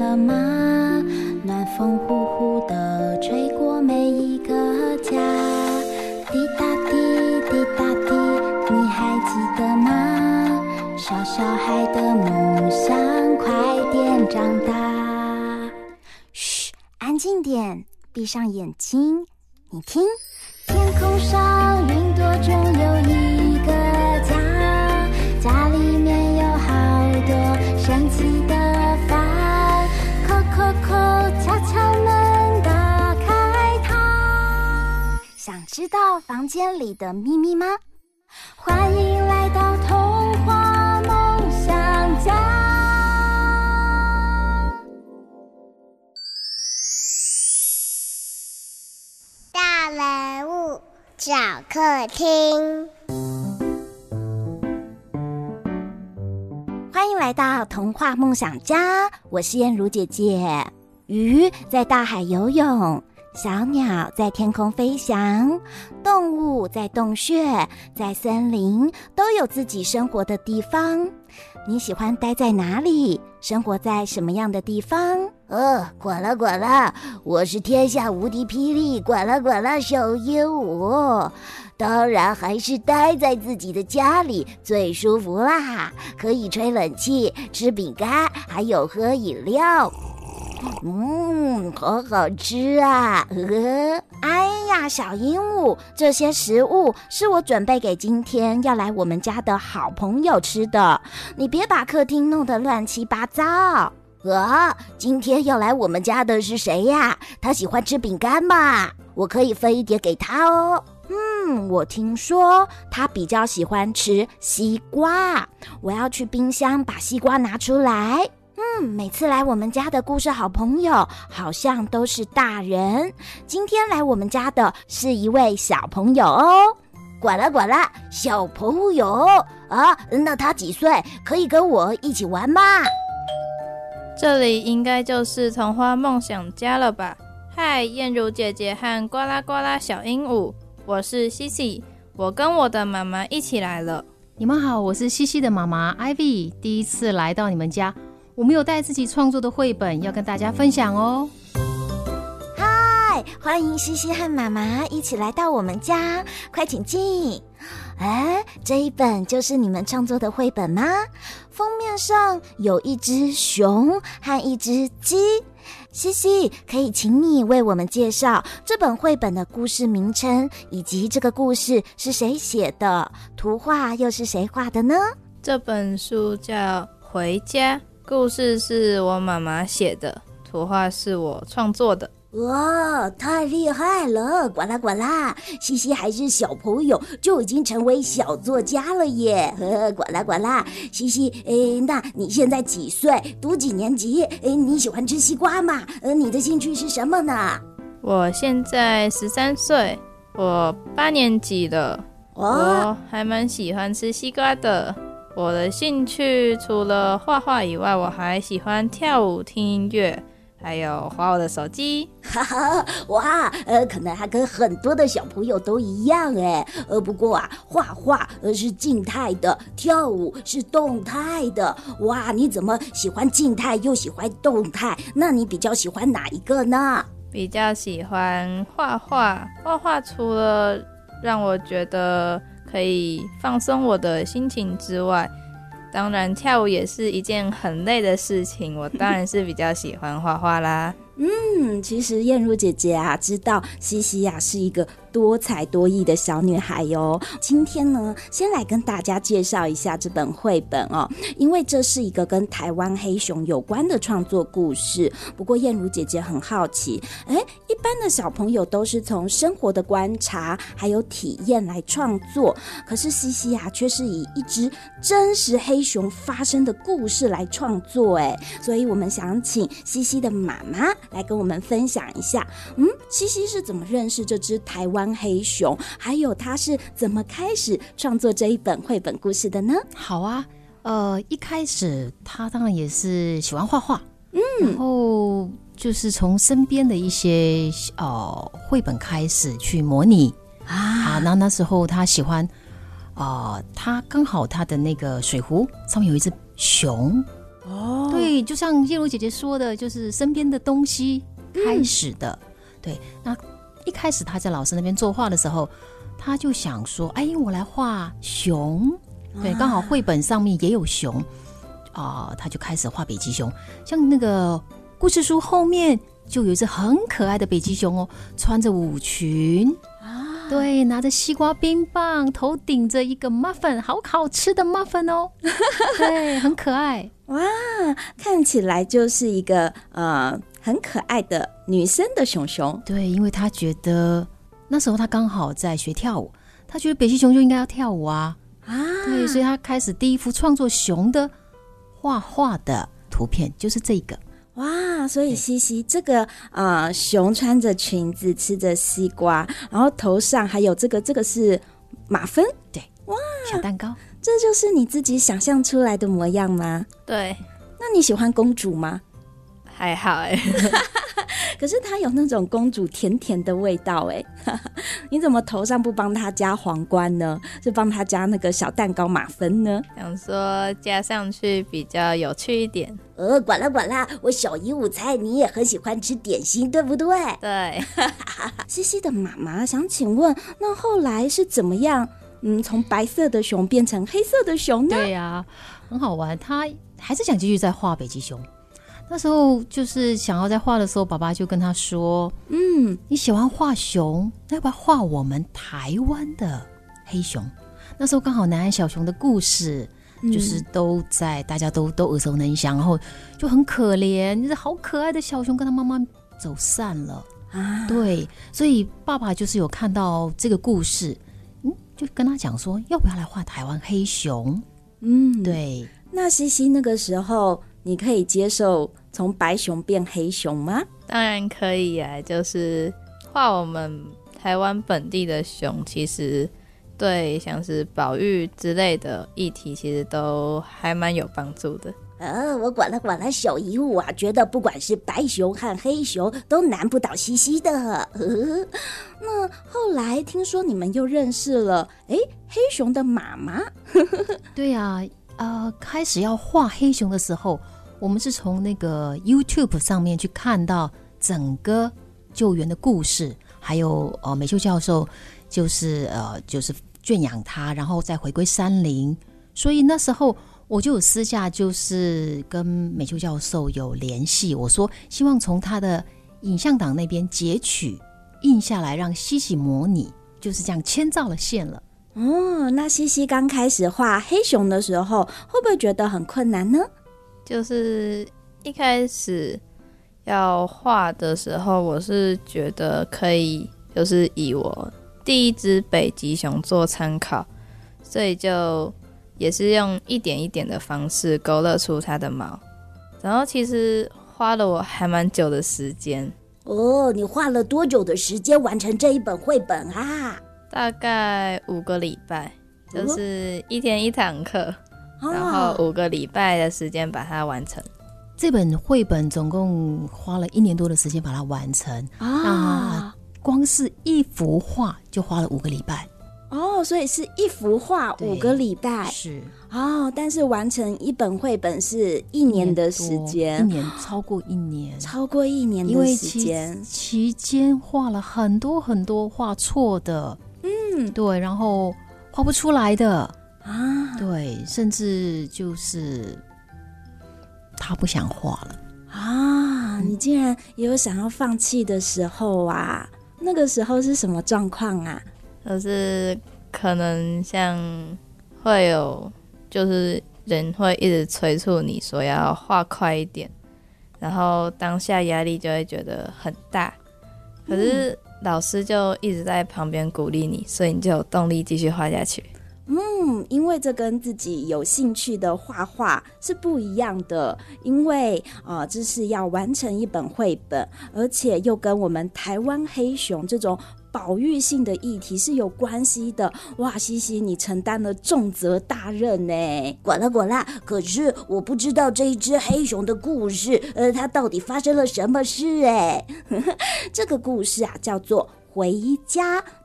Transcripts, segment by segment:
得吗？暖风呼呼地吹过每一个家，滴答滴滴答滴，你还记得吗？小小孩的梦想快点长大。嘘，安静点，闭上眼睛，你听，天空上云朵中有一个家，家里面有好多神奇的饭，叩叩叩，敲敲门，打开它。想知道房间里的秘密吗？欢迎来到童话梦想家。 大人物小客厅， 欢迎来到童话梦想家，我是燕如姐姐。鱼在大海游泳，小鸟在天空飞翔，动物在洞穴，在森林，都有自己生活的地方。你喜欢待在哪里？生活在什么样的地方？ 管了管了，我是天下无敌霹雳管了管了小鹦鹉，当然还是待在自己的家里最舒服啦，可以吹冷气，吃饼干，还有喝饮料。好好吃啊！ 哎呀，小鹦鹉，这些食物是我准备给今天要来我们家的好朋友吃的，你别把客厅弄得乱七八糟。 今天要来我们家的是谁呀？他喜欢吃饼干吗？我可以分一点给他哦。 我听说他比较喜欢吃西瓜，我要去冰箱把西瓜拿出来。每次来我们家的故事好朋友好像都是大人，今天来我们家的是一位小朋友哦。 管了管了，小朋友啊，那他几岁？可以跟我一起玩吗？ 这里应该就是童话梦想家了吧？嗨，燕如姐姐和呱啦呱啦小鹦鹉，我是西西，我跟我的妈妈一起来了。 你们好，我是西西的妈妈 Ivy， 第一次来到你们家，我们有带自己创作的绘本要跟大家分享哦。 嗨，欢迎西西和妈妈一起来到我们家，快请进。这一本就是你们创作的绘本吗？封面上有一只熊和一只鸡。西西，可以请你为我们介绍这本绘本的故事名称，以及这个故事是谁写的，图画又是谁画的呢？ 这本书叫《回家》，故事是我妈妈写的，图画是我创作的。 哇，太厉害了！呱啦呱啦，西西还是小朋友就已经成为小作家了耶！呱啦呱啦，西西，那你现在几岁？读几年级？你喜欢吃西瓜吗？你的兴趣是什么呢？ 我现在13岁，我8年级了。我还蛮喜欢吃西瓜的。我的兴趣除了画画以外，我还喜欢跳舞、听音乐，还有滑我的手机。 哇，可能还跟很多的小朋友都一样哎。不过啊，画画是静态的，跳舞是动态的。哇，你怎么喜欢静态又喜欢动态？那你比较喜欢哪一个呢？ 比较喜欢画画。画画除了让我觉得可以放松我的心情之外，当然跳舞也是一件很累的事情，我当然是比较喜欢画画啦。 其实燕如姐姐啊，知道西西啊是一个多才多艺的小女孩哟。今天呢，先来跟大家介绍一下这本绘本哦，因为这是一个跟台湾黑熊有关的创作故事。不过燕如姐姐很好奇，一般的小朋友都是从生活的观察还有体验来创作，可是西西啊却是以一只真实黑熊发生的故事来创作。所以我们想请西西的妈妈来跟我们分享一下，西西是怎么认识这只台湾黑熊，还有他是怎么开始创作这一本绘本故事的呢？ 好啊，一开始他当然也是喜欢画画，然后就是从身边的一些绘本开始去模拟啊。那时候他喜欢他刚好他的那个水壶上面有一只熊，对， 对，就像燕如姐姐说的，就是身边的东西开始的。对，那一开始他在老师那边作画的时候，他就想说，哎，我来画熊。对，刚好绘本上面也有熊他就开始画北极熊。像那个故事书后面就有一只很可爱的北极熊哦，穿着舞裙对，拿着西瓜冰棒，头顶着一个 muffin， 好好吃的 muffin 哦，对，很可爱。 哇，看起来就是一个很可爱的女生的熊熊。 对，因为他觉得那时候他刚好在学跳舞，他觉得北极熊就应该要跳舞啊，对，所以他开始第一幅创作熊的画画的图片就是这个。 哇，所以西西这个熊穿着裙子吃着西瓜，然后头上还有这个是马芬。 对，哇，小蛋糕。 这就是你自己想象出来的模样吗？ 对。 那你喜欢公主吗？ 还好可是它有那种公主甜甜的味道你怎么头上不帮她加皇冠呢？是帮她加那个小蛋糕马芬呢？ 想说加上去比较有趣一点。 管啦管啦，我小姨午猜你也很喜欢吃点心，对不对？ 对。 西西的妈妈想请问，那后来是怎么样从白色的熊变成黑色的熊呢？ 对啊，很好玩，他还是想继续再画北极熊。那时候就是想要在画的时候，爸爸就跟他说，你喜欢画熊，那要不要画我们台湾的黑熊？那时候刚好南安小熊的故事就是都在大家都耳熟能详，然后就很可怜，就是好可爱的小熊跟他妈妈走散了对，所以爸爸就是有看到这个故事，就跟他讲说要不要来画台湾黑熊。对。 那西西那个时候你可以接受从白熊变黑熊吗？ 当然可以啊，就是画我们台湾本地的熊，其实对像是保育之类的议题其实都还蛮有帮助的。 我管了，小姨我觉得不管是白熊和黑熊都难不倒西西的。那后来听说你们又认识了黑熊的妈妈。 对啊，开始要画黑熊的时候，我们是从那个 YouTube 上面去看到整个救援的故事，还有美秀教授就是圈养它，然后再回归山林。所以那时候我就有私下就是跟美秀教授有联系，我说希望从他的影像档那边截取印下来，让西西模拟，就是这样牵照了线了。 那西西刚开始画黑熊的时候，会不会觉得很困难呢？ 就是一开始要画的时候，我是觉得可以就是以我第一只北极熊做参考，所以就也是用一点一点的方式勾勒出它的毛，然后其实花了我还蛮久的时间。 你花了多久的时间完成这一本绘本啊？ 大概5个礼拜，就是一天一堂课，然后5个礼拜的时间把它完成。 这本绘本总共花了1年多的时间把它完成那光是一幅画就花了5个礼拜。 所以是一幅画5个礼拜。 是但是完成一本绘本是1年的时间。 超过1年的时间， 因为期间画了很多很多画错的，对，然后画不出来的对，甚至就是他不想画了你竟然也有想要放弃的时候啊？那个时候是什么状况啊？ 就是可能像会有就是人会一直催促你说要画快一点，然后当下压力就会觉得很大，可是老师就一直在旁边鼓励你，所以你就有动力继续画下去。 因为这跟自己有兴趣的画画是不一样的，因为这是要完成一本绘本，而且又跟我们台湾黑熊这种保育性的议题是有关系的。哇，西西你承担了重责大任呢。管啦，可是我不知道这一只黑熊的故事，它到底发生了什么事这个故事啊叫做回家。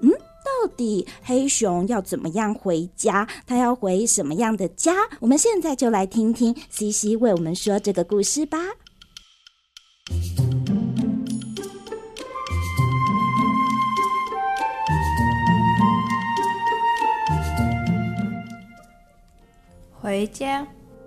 到底黑熊要怎么样回家？他要回什么样的家？我们现在就来听听西西为我们说这个故事吧。 回家。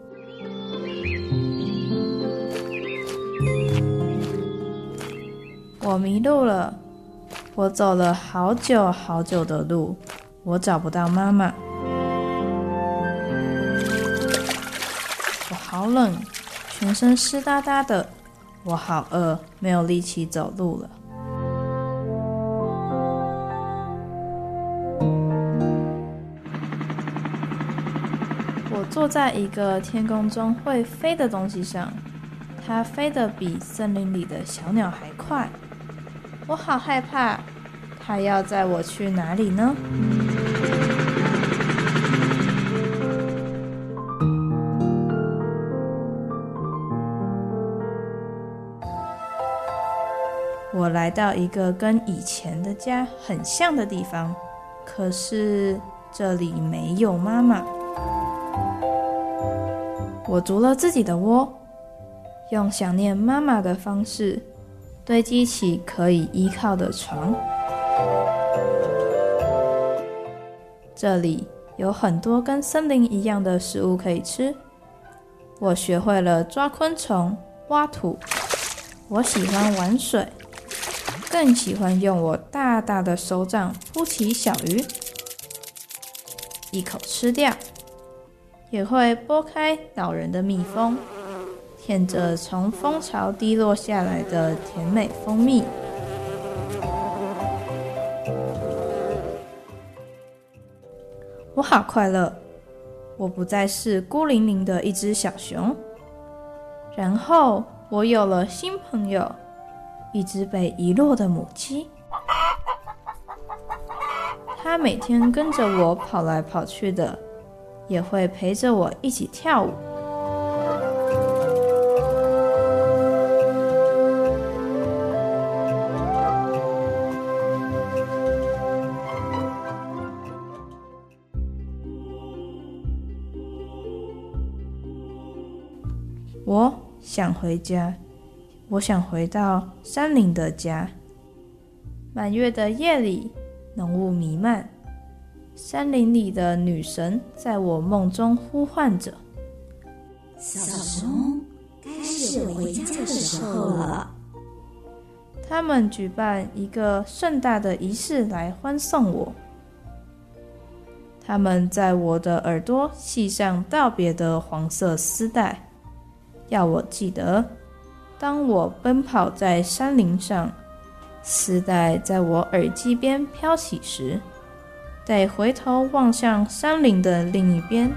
我迷路了，我走了好久好久的路，我找不到妈妈。我好冷，全身湿哒哒的，我好饿，没有力气走路了。我坐在一个天空中会飞的东西上，它飞得比森林里的小鸟还快。我好害怕，它要载我去哪里呢？我来到一个跟以前的家很像的地方，可是这里没有妈妈。我筑了自己的窝，用想念妈妈的方式堆积起可以依靠的床。这里有很多跟森林一样的食物可以吃。我学会了抓昆虫、挖土。我喜欢玩水，更喜欢用我大大的手掌扑起小鱼，一口吃掉。也会拨开恼人的蜜蜂，舔着从蜂巢滴落下来的甜美蜂蜜。我好快乐，我不再是孤零零的一只小熊。然后我有了新朋友，一只被遗落的母鸡。它每天跟着我跑来跑去的，也会陪着我一起跳舞。我想回家，我想回到山林的家。满月的夜里，浓雾弥漫，山林里的女神在我梦中呼唤着： 小熊，该是回家的时候了。 他们举办一个盛大的仪式来欢送我。他们在我的耳朵系上道别的黄色丝带，要我记得，当我奔跑在山林上，丝带在我耳机边飘起时，得回头望向山林的另一边。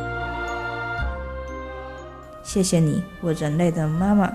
谢谢你，我人类的妈妈。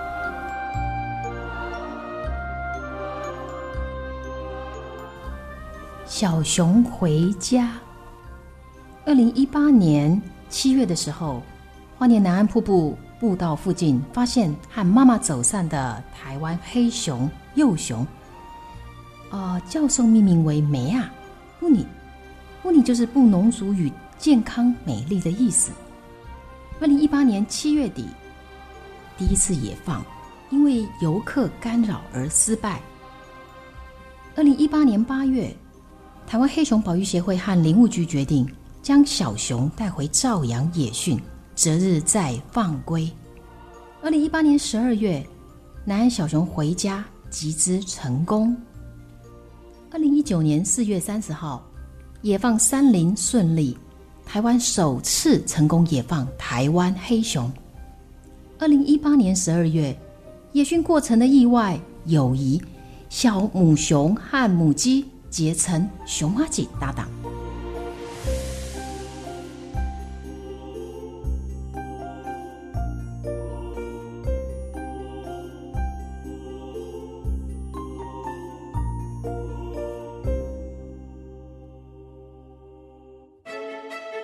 小熊回家。2018年7月的时候，花莲南安瀑布步道附近发现和妈妈走散的台湾黑熊幼熊，教授命名为梅亚布尼，布尼就是布农族语健康美丽的意思。2018年7月底第一次野放，因为游客干扰而失败。2018年8月，台湾黑熊保育协会和林务局决定将小熊带回兆阳野训，择日再放归。2018年12月，南安小熊回家集资成功。2019年4月30号，野放山林顺利，台湾首次成功野放台湾黑熊。2018年12月，野训过程的意外友谊，小母熊和母鸡结成熊妈鸡搭档。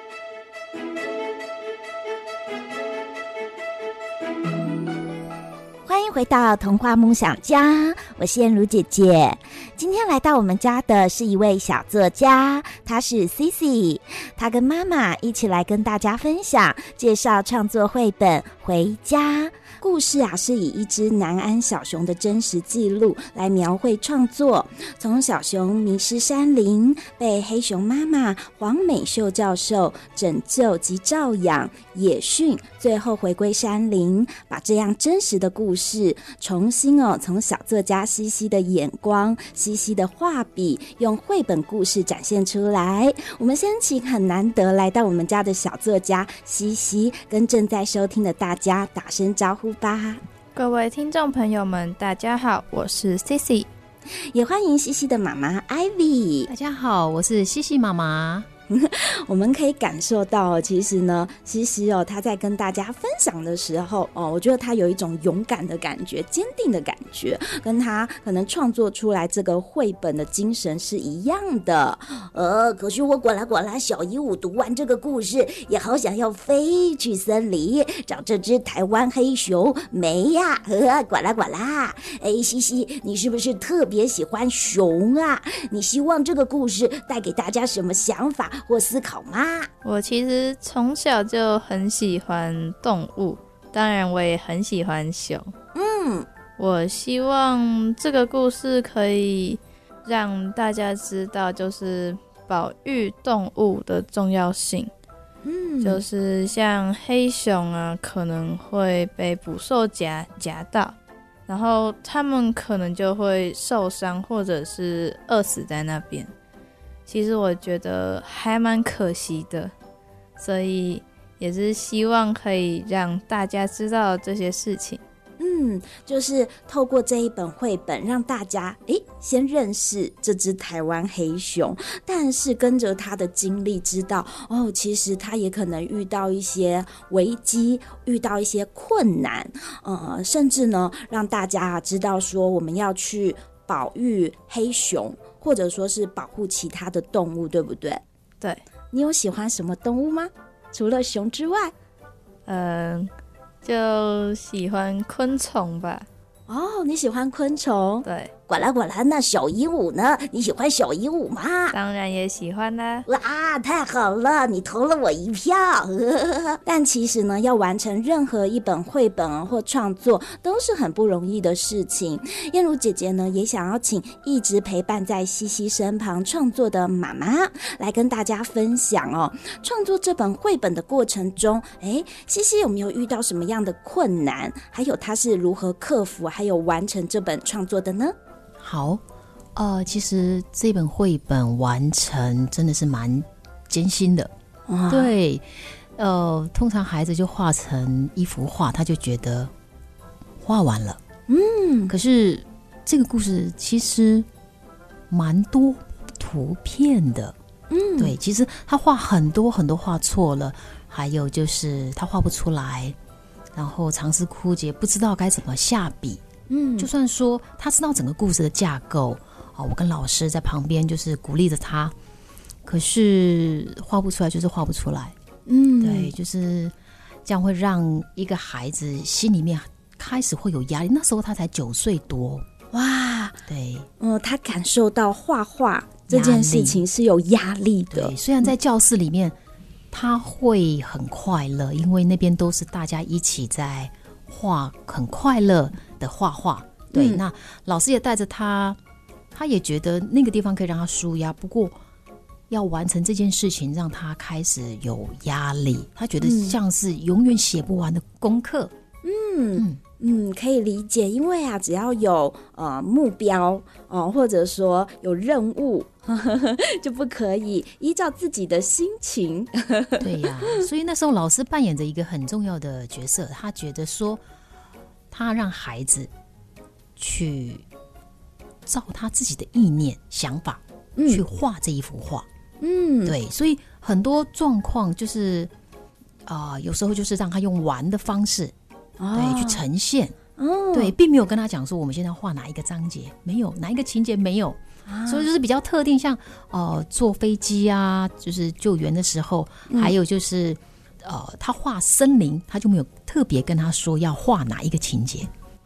回回到童话梦想家，我是燕如姐姐。今天来到我们家的是一位小作家，她是 Cici， 她跟妈妈一起来跟大家分享介绍创作绘本《回家》。故事啊，是以一只南安小熊的真实记录来描绘创作，从小熊迷失山林，被黑熊妈妈黄美秀教授拯救及照养、野训，最后回归山林，把这样真实的故事重新从小作家西西的眼光、西西的画笔，用绘本故事展现出来。我们先请很难得来到我们家的小作家西西，跟正在收听的大家打声招呼吧。 各位听众朋友们，大家好，我是 Cici， 也欢迎西西的妈妈 Ivy。 大家好，我是西西妈妈。 我们可以感受到，其实呢，西西她在跟大家分享的时候我觉得她有一种勇敢的感觉、坚定的感觉，跟她可能创作出来这个绘本的精神是一样的。可是我呱啦呱啦小鹦鹉读完这个故事，也好想要飞去森林找这只台湾黑熊没呀？呱啦呱啦！西西，你是不是特别喜欢熊啊？你希望这个故事带给大家什么想法或思考吗？ 我其实从小就很喜欢动物，当然我也很喜欢熊。我希望这个故事可以让大家知道，就是保育动物的重要性。就是像黑熊啊，可能会被捕兽夹到，然后他们可能就会受伤，或者是饿死在那边。其实我觉得还蛮可惜的，所以也是希望可以让大家知道这些事情。 就是透过这一本绘本，让大家先认识这只台湾黑熊，但是跟着他的经历知道其实他也可能遇到一些危机，遇到一些困难，甚至呢让大家知道说我们要去保育黑熊，或者说是保护其他的动物，对不对？ 对。 你有喜欢什么动物吗？除了熊之外？ 就喜欢昆虫吧。 你喜欢昆虫？ 对。 呱啦呱啦，那小鹦鹉呢？你喜欢小鹦鹉吗？ 当然也喜欢啦。 哇，太好了，你投了我一票。但其实呢，要完成任何一本绘本或创作都是很不容易的事情。燕如姐姐呢，也想要请一直陪伴在西西身旁创作的妈妈来跟大家分享创作这本绘本的过程中，西西有没有遇到什么样的困难？还有她是如何克服还有完成这本创作的呢？ 好，其实这本绘本完成真的是蛮艰辛的。对，通常孩子就画成一幅画，他就觉得画完了。可是这个故事其实蛮多图片的。对，其实他画很多很多画错了，还有就是他画不出来，然后尝试枯竭，不知道该怎么下笔。就算说他知道整个故事的架构，我跟老师在旁边就是鼓励着他，可是画不出来就是画不出来。对，就是这样会让一个孩子心里面开始会有压力。那时候他才9岁多。 哇， 对， 他感受到画画这件事情是有压力的。 对，虽然在教室里面他会很快乐，因为那边都是大家一起在画，很快乐的画画。对，那老师也带着他也觉得那个地方可以让他舒压，不过要完成这件事情让他开始有压力，他觉得像是永远写不完的功课。 可以理解，因为只要有目标或者说有任务就不可以依照自己的心情。 对呀，所以那时候老师扮演着一个很重要的角色，他觉得说他让孩子去照他自己的意念想法去画这一幅画。对，所以很多状况就是有时候就是让他用玩的方式对去呈现。对，并没有跟他讲说我们现在画哪一个章节，没有哪一个情节没有。所以就是比较特定，像坐飞机啊，就是救援的时候，还有就是他画森林，他就没有特别跟他说要画哪一个情节。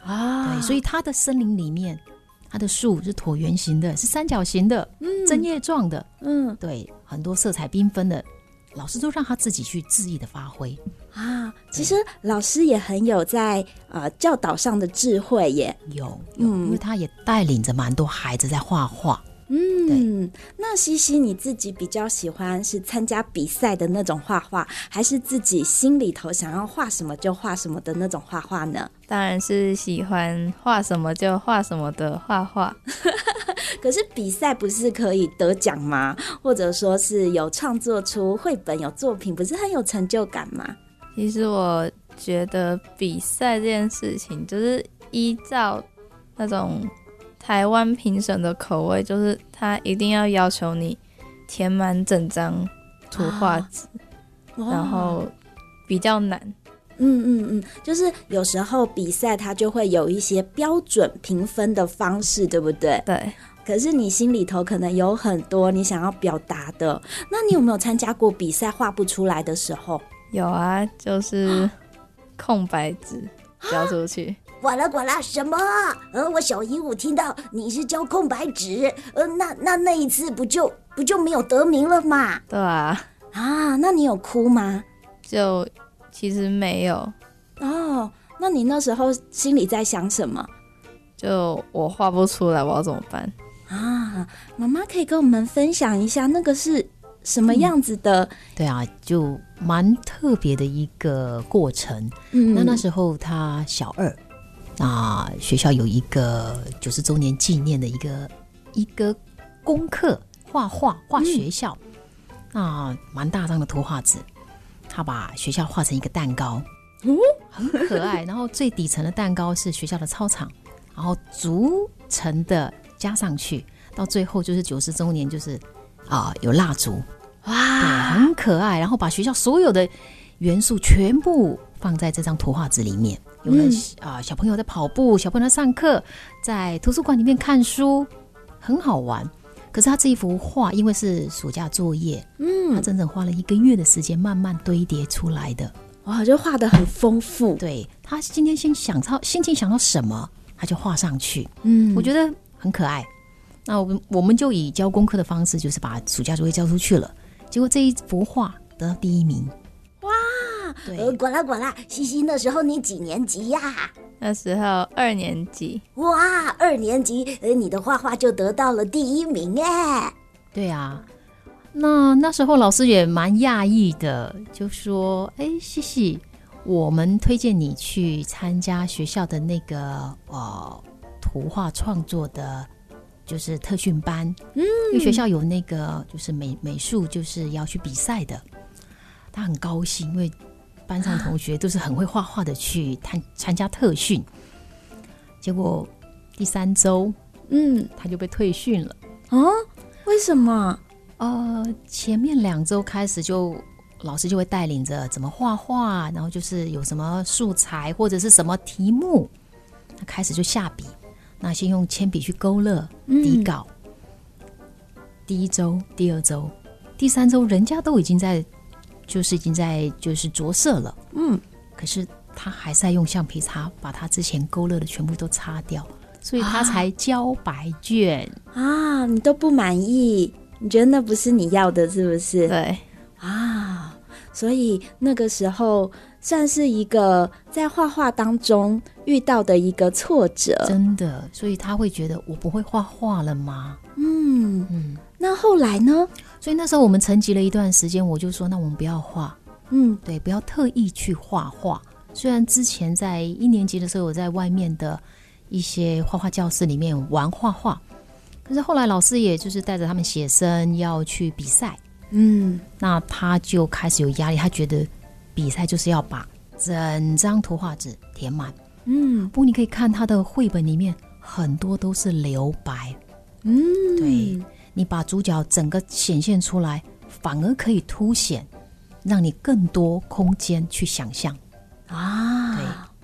啊。对，所以它的森林里面，它的树是椭圆形的，是三角形的，针叶状的，对，很多色彩缤纷的，老师都让他自己去恣意的发挥啊。其实老师也很有在教导上的智慧耶， 有，因为他也带领着蛮多孩子在画画。 那西西你自己比较喜欢是参加比赛的那种画画，还是自己心里头想要画什么就画什么的那种画画呢？ 当然是喜欢画什么就画什么的画画。 可是比赛不是可以得奖吗？或者说是有创作出绘本有作品，不是很有成就感吗？ 其实我觉得比赛这件事情就是依照那种台湾评审的口味，就是他一定要求你填满整张图画纸，然后比较难。 就是有时候比赛它就会有一些标准评分的方式，对不对？ 对。 可是你心里头可能有很多你想要表达的，那你有没有参加过比赛画不出来的时候？ 有啊，就是空白纸交出去。 呱啦呱啦，什么？我小鹦鹉听到你是交空白纸，那一次不就没有得名了嘛？ 对啊。 那你有哭吗？ 就其实没有。 哦，那你那时候心里在想什么？ 就我画不出来，我要怎么办？ 妈妈可以跟我们分享一下那个是什么样子的？ 对啊，就蛮特别的一个过程。那时候他小2。那学校有一个90周年纪念的一个功课，画学校，蛮大张的图画纸，他把学校画成一个蛋糕，很可爱。然后最底层的蛋糕是学校的操场，然后逐层的加上去，到最后就是90周年，就是有蜡烛，哇，对，很可爱。然后把学校所有的元素全部放在这张图画纸里面。有了小朋友在跑步，小朋友在上课，在图书馆里面看书，很好玩。可是他这一幅画因为是暑假作业，他整整花了1个月的时间慢慢堆叠出来的。 哇，就画得很丰富。 对，他今天心情想到什么他就画上去，我觉得很可爱。那我们就以交功课的方式，就是把暑假作业交出去了，结果这一幅画得到第1名。 呱啦呱啦，西西那时候你几年级呀？ 那时候2年级。 哇，2年级，你的画画就得到了第1名哎。 对啊，那时候老师也蛮讶异的，就说：“西西，我们推荐你去参加学校的那个图画创作的，就是特训班。因为学校有那个就是美术，就是要去比赛的。”他很高兴，因为班上同学都是很会画画的去参加特训，结果第3周，他就被退训了。 为什么？ 前面2周开始老师就会带领着怎么画画，然后就是有什么素材或者是什么题目，他开始就下笔，那先用铅笔去勾勒底稿。第1周、第2周、第3周，人家都已经在着色了，可是他还是在用橡皮擦把他之前勾勒的全部都擦掉，所以他才交白卷你都不满意，你觉得那不是你要的，是不是？ 对所以那个时候算是一个在画画当中遇到的一个挫折， 真的，所以他会觉得我不会画画了吗？ 那后来呢？ 所以那时候我们沉寂了一段时间，我就说那我们不要画，对，不要特意去画画。虽然之前在1年级的时候，我在外面的一些画画教室里面玩画画，可是后来老师也就是带着他们写生要去比赛，那他就开始有压力，他觉得比赛就是要把整张图画纸填满。不过你可以看他的绘本里面很多都是留白，对，你把主角整个显现出来，反而可以凸显，让你更多空间去想象。 对，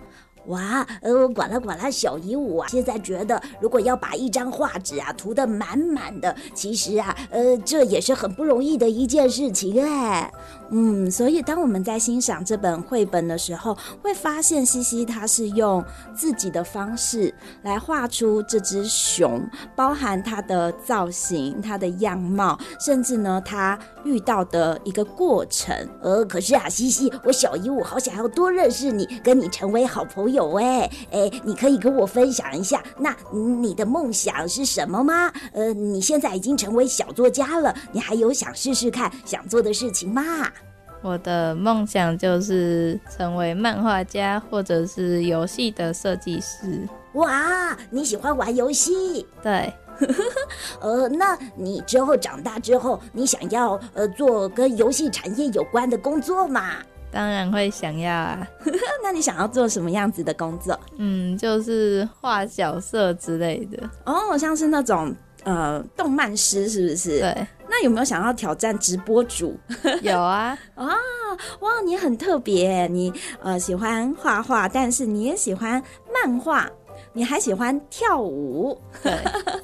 哇，呱啦呱啦小鹦鹉啊，现在觉得如果要把一张画纸啊涂得满满的，其实啊，这也是很不容易的一件事情哎。所以当我们在欣赏这本绘本的时候，会发现西西他是用自己的方式来画出这只熊，包含它的造型、它的样貌，甚至呢它遇到的一个过程。可是啊，西西，我小鹦鹉好想要多认识你，跟你成为好朋友哎，你可以跟我分享一下，那你的梦想是什么吗？你现在已经成为小作家了，你还有想试试看想做的事情吗？ 我的梦想就是成为漫画家或者是游戏的设计师。 哇，你喜欢玩游戏？ 对。 那你之后长大之后，你想要做跟游戏产业有关的工作吗？ 当然会想要啊。 那你想要做什么样子的工作？ 就是画角色之类的。 像是那种动漫师是不是？ 对。 那有没有想要挑战直播主？ 有啊。 哇，你很特别，你喜欢画画，但是你也喜欢漫画，你还喜欢跳舞。 对。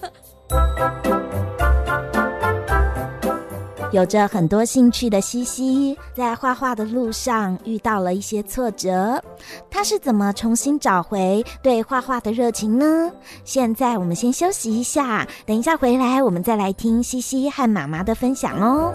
有着很多兴趣的西西，在画画的路上遇到了一些挫折，她是怎么重新找回对画画的热情呢？现在我们先休息一下，等一下回来我们再来听西西和妈妈的分享哦。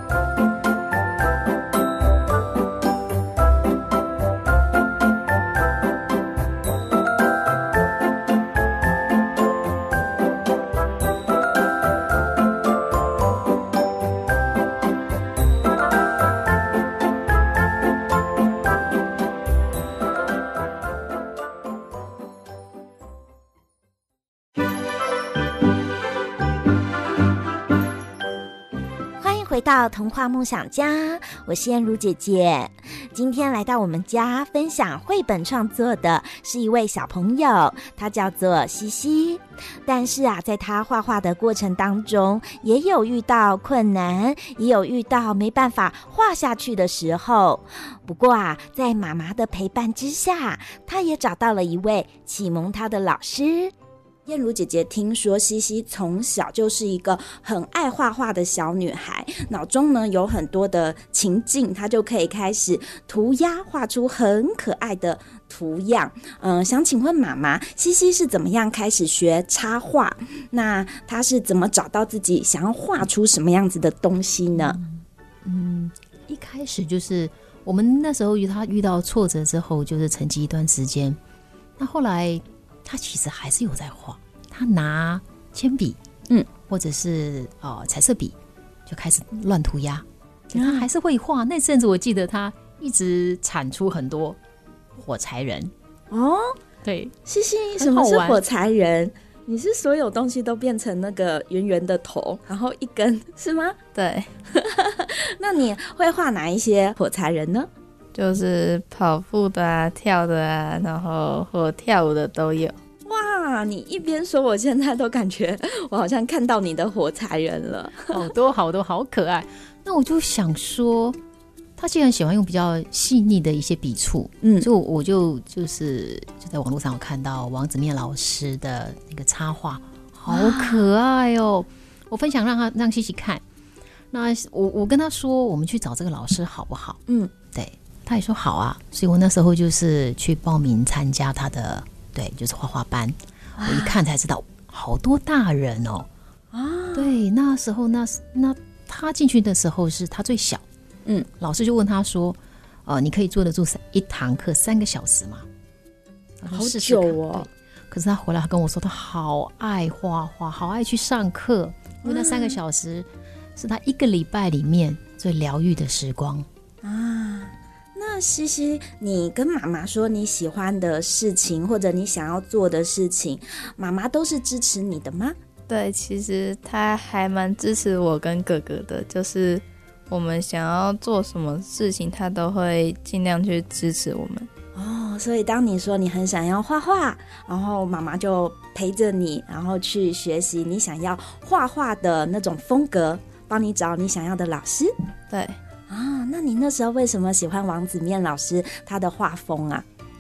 回到童话梦想家，我是燕如姐姐。今天来到我们家分享绘本创作的是一位小朋友，他叫做西西。但是啊，在他画画的过程当中，也有遇到困难，也有遇到没办法画下去的时候。不过啊，在妈妈的陪伴之下，他也找到了一位启蒙他的老师。 燕如姐姐听说西西从小就是一个很爱画画的小女孩，脑中呢有很多的情境，她就可以开始涂鸦，画出很可爱的图样。想请问妈妈，西西是怎么样开始学插画？那她是怎么找到自己想要画出什么样子的东西呢？ 一开始就是我们那时候他遇到挫折之后，就是沉寂一段时间。那后来他其实还是有在画，他拿铅笔，或者是彩色笔，就开始乱涂鸦。他还是会画。那阵子我记得他一直产出很多火柴人。对， 西西，什么是火柴人？你是所有东西都变成那个圆圆的头，然后一根是吗？ 对。 那你会画哪一些火柴人呢？ 就是跑步的啊，跳的啊，然后或跳舞的都有。 哇，你一边说，我现在都感觉我好像看到你的火柴人了。 好多好多，好可爱。那我就想说，他既然喜欢用比较细腻的一些笔触，我就在网络上有看到王子面老师的那个插画，好可爱哦。我分享让西西看。那我跟他说，我们去找这个老师好不好？对。他也说好啊，所以我那时候就是去报名参加他的，对，就是画画班。我一看才知道，好多大人哦。对，那时候那他进去的时候是他最小。老师就问他说，你可以坐得住一堂课3个小时吗？ 好久哦。 可是他回来他跟我说，他好爱画画，好爱去上课，因为那3个小时是他1个礼拜里面最疗愈的时光啊。那西西，你跟妈妈说你喜欢的事情或者你想要做的事情，妈妈都是支持你的吗？ 对，其实她还蛮支持我跟哥哥的，就是我们想要做什么事情，她都会尽量去支持我们。 所以当你说你很想要画画，然后妈妈就陪着你，然后去学习你想要画画的那种风格，帮你找你想要的老师。 对。 那你那时候为什么喜欢王子面老师他的画风啊？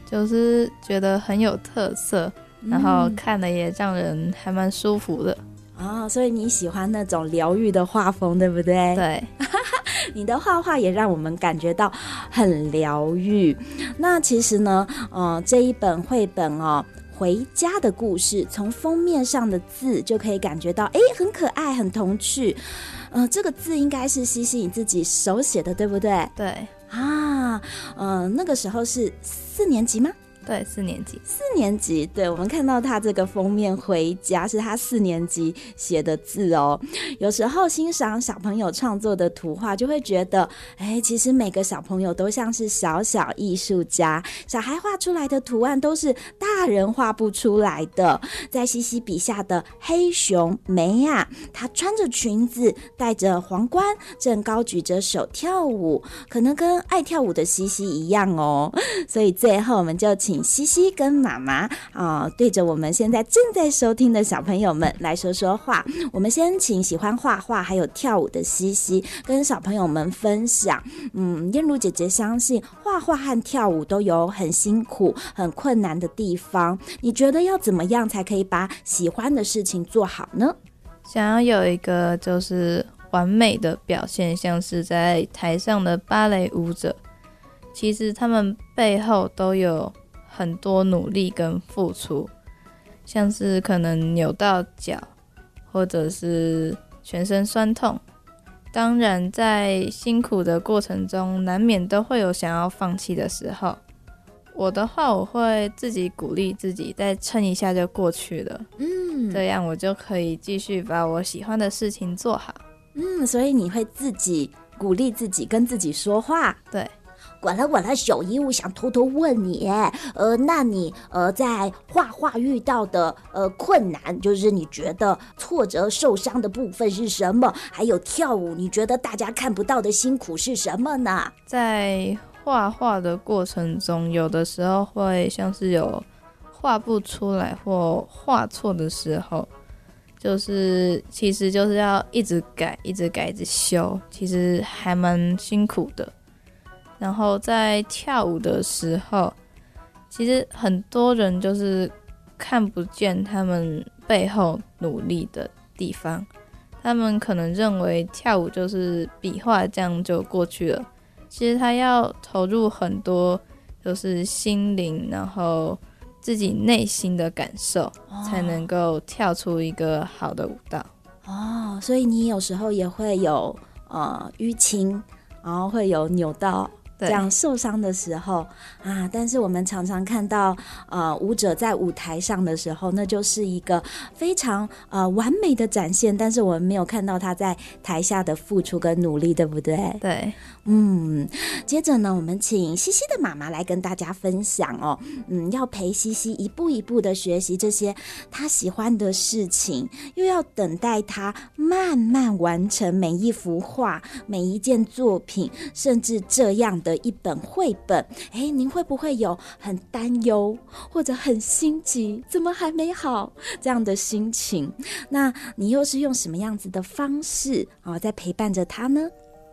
就是觉得很有特色，然后看了也让人还蛮舒服的。 所以你喜欢那种疗愈的画风，对不对？ 对。 你的画画也让我们感觉到很疗愈。那其实呢，这一本绘本回家的故事，从封面上的字就可以感觉到，很可爱，很童趣。这个字应该是西西你自己手写的，对不对？ 对。 那个时候是4年级吗？ 对，4年级。 4年级，对，我们看到他这个封面回家是他4年级写的字哦。有时候欣赏小朋友创作的图画，就会觉得，其实每个小朋友都像是小小艺术家，小孩画出来的图案都是大人画不出来的。在西西笔下的黑熊梅亚，她穿着裙子，戴着皇冠，正高举着手跳舞，可能跟爱跳舞的西西一样哦。所以最后我们就请西西跟妈妈对着我们现在正在收听的小朋友们来说说话。我们先请喜欢画画还有跳舞的西西跟小朋友们分享。燕如姐姐相信画画和跳舞都有很辛苦很困难的地方，你觉得要怎么样才可以把喜欢的事情做好呢？ 想要有一个就是完美的表现，像是在台上的芭蕾舞者，其实他们背后都有很多努力跟付出，像是可能扭到脚，或者是全身酸痛。当然在辛苦的过程中，难免都会有想要放弃的时候。我的话，我会自己鼓励自己，再撑一下就过去了。这样我就可以继续把我喜欢的事情做好。 所以你会自己鼓励自己，跟自己说话。 对。 管了，小姨，我想偷偷问你，那你在画画遇到的困难，就是你觉得挫折受伤的部分是什么？还有跳舞，你觉得大家看不到的辛苦是什么呢？ 在画画的过程中，有的时候会像是有画不出来或画错的时候，其实就是要一直改，一直修，其实还蛮辛苦的。然后在跳舞的时候，其实很多人就是看不见他们背后努力的地方，他们可能认为跳舞就是比划这样就过去了，其实他要投入很多就是心灵，然后自己内心的感受，才能够跳出一个好的舞蹈。 所以你有时候也会有淤青，然后会有扭到这样受伤的时候但是我们常常看到舞者在舞台上的时候，那就是一个非常完美的展现，但是我们没有看到他在台下的付出跟努力，对不对？ 对。 接着呢，我们请西西的妈妈来跟大家分享要陪西西一步一步的学习这些他喜欢的事情，又要等待他慢慢完成每一幅画，每一件作品，甚至这样的一本绘本。您会不会有很担忧或者很心急，怎么还没好这样的心情？那你又是用什么样子的方式在陪伴着他呢？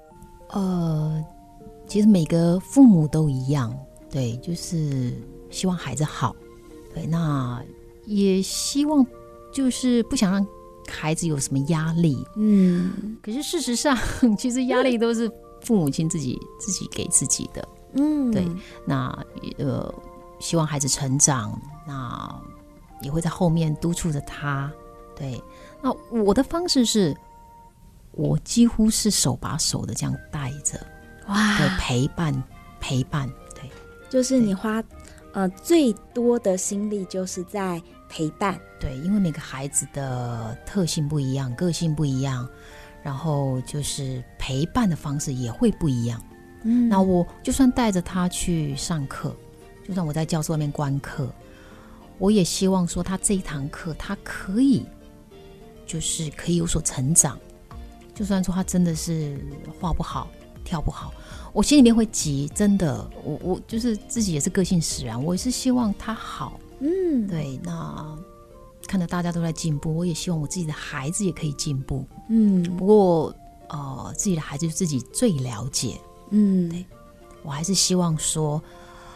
其实每个父母都一样，对，就是希望孩子好，对，那也希望就是不想让孩子有什么压力，可是事实上其实压力都是父母亲自己给自己的，对，那希望孩子成长，那也会在后面督促着他，对，那我的方式是我几乎是手把手的这样带着，对，陪伴，对， 就是你花最多的心力就是在陪伴， 对，因为每个孩子的特性不一样，个性不一样，然后就是陪伴的方式也会不一样。那我就算带着他去上课，就算我在教室外面观课，我也希望说他这一堂课他可以就是可以有所成长。就算说他真的是画不好跳不好，我心里面会急，真的，我就是自己也是个性使然，我也是希望他好，对，那看到大家都在进步，我也希望我自己的孩子也可以进步，不过自己的孩子自己最了解，对，我还是希望说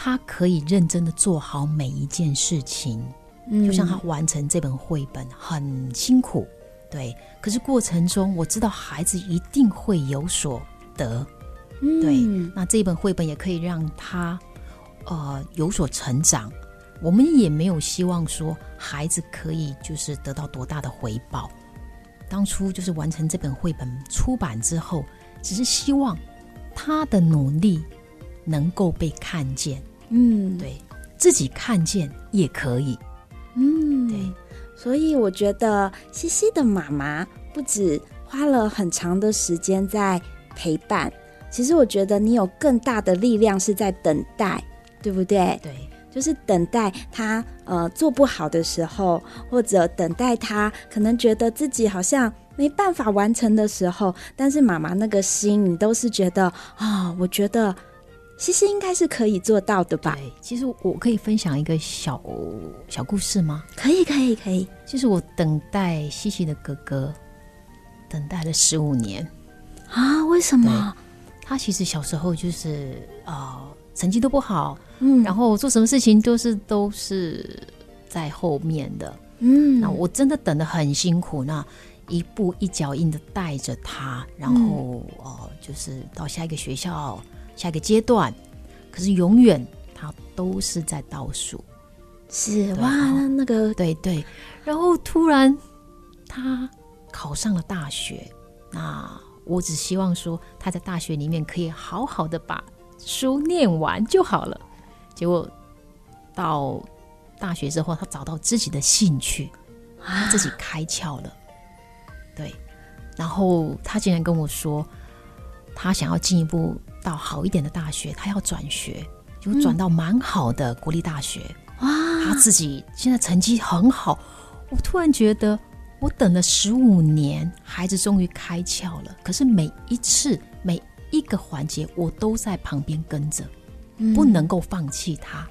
他可以认真的做好每一件事情，就像他完成这本绘本很辛苦，对，可是过程中我知道孩子一定会有所得，对，那这本绘本也可以让他有所成长。我们也没有希望说孩子可以就是得到多大的回报，当初就是完成这本绘本出版之后，只是希望他的努力能够被看见，对，自己看见也可以，对， 所以我觉得西西的妈妈不止花了很长的时间在陪伴，其实我觉得你有更大的力量是在等待，对不对？ 对， 就是等待他做不好的时候，或者等待他可能觉得自己好像没办法完成的时候，但是妈妈那个心你都是觉得我觉得西西应该是可以做到的吧。 对，其实我可以分享一个小故事吗？ 可以。 就是我等待西西的哥哥等待了15年啊？为什么？ 他其实小时候就是成绩都不好，然后做什么事情都是在后面的，那我真的等得很辛苦，那一步一脚印的带着他，然后就是到下一个学校下一个阶段，可是永远他都是在倒数。 是哇，那个对，然后突然他考上了大学，那我只希望说他在大学里面可以好好的把书念完就好了。结果到大学之后，他找到自己的兴趣，他自己开窍了，对，然后他竟然跟我说他想要进一步到好一点的大学，他要转学，就转到蛮好的国立大学，他自己现在成绩很好。我突然觉得我等了15年，孩子终于开窍了，可是每一次每一个环节我都在旁边跟着，不能够放弃他。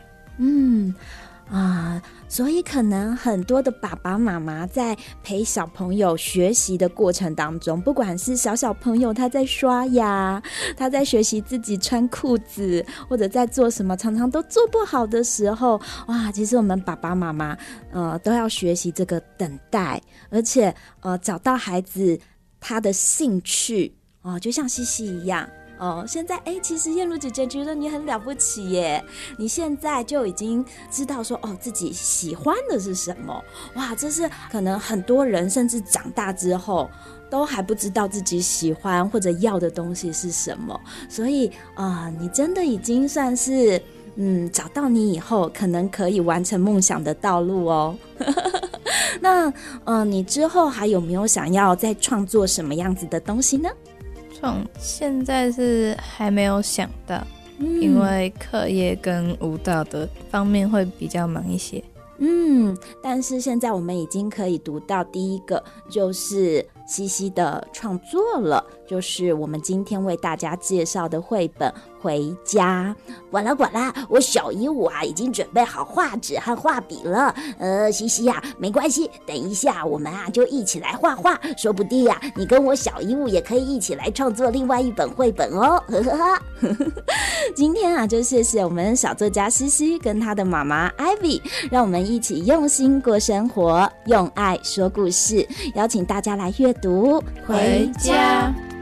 所以可能很多的爸爸妈妈在陪小朋友学习的过程当中，不管是小朋友他在刷牙，他在学习自己穿裤子，或者在做什么常常都做不好的时候，其实我们爸爸妈妈都要学习这个等待，而且找到孩子他的兴趣就像西西一样。现在其实燕如姐姐觉得你很了不起耶，你现在就已经知道说自己喜欢的是什么。哇，这是可能很多人甚至长大之后都还不知道自己喜欢或者要的东西是什么。所以你真的已经算是找到你以后可能可以完成梦想的道路哦。那你之后还有没有想要再创作什么样子的东西呢？ 现在是还没有想到，因为课业跟舞蹈的方面会比较忙一些。 但是现在我们已经可以读到第一个就是西西的创作了，就是我们今天为大家介绍的绘本《回家》。呱啦呱啦，我小鹦鹉已经准备好画纸和画笔了。西西没关系，等一下我们就一起来画画，说不定你跟我小鹦鹉也可以一起来创作另外一本绘本哦。今天就谢谢我们小作家西西跟她的妈妈 Ivy， 让我们一起用心过生活，用爱说故事，邀请大家来阅读回家。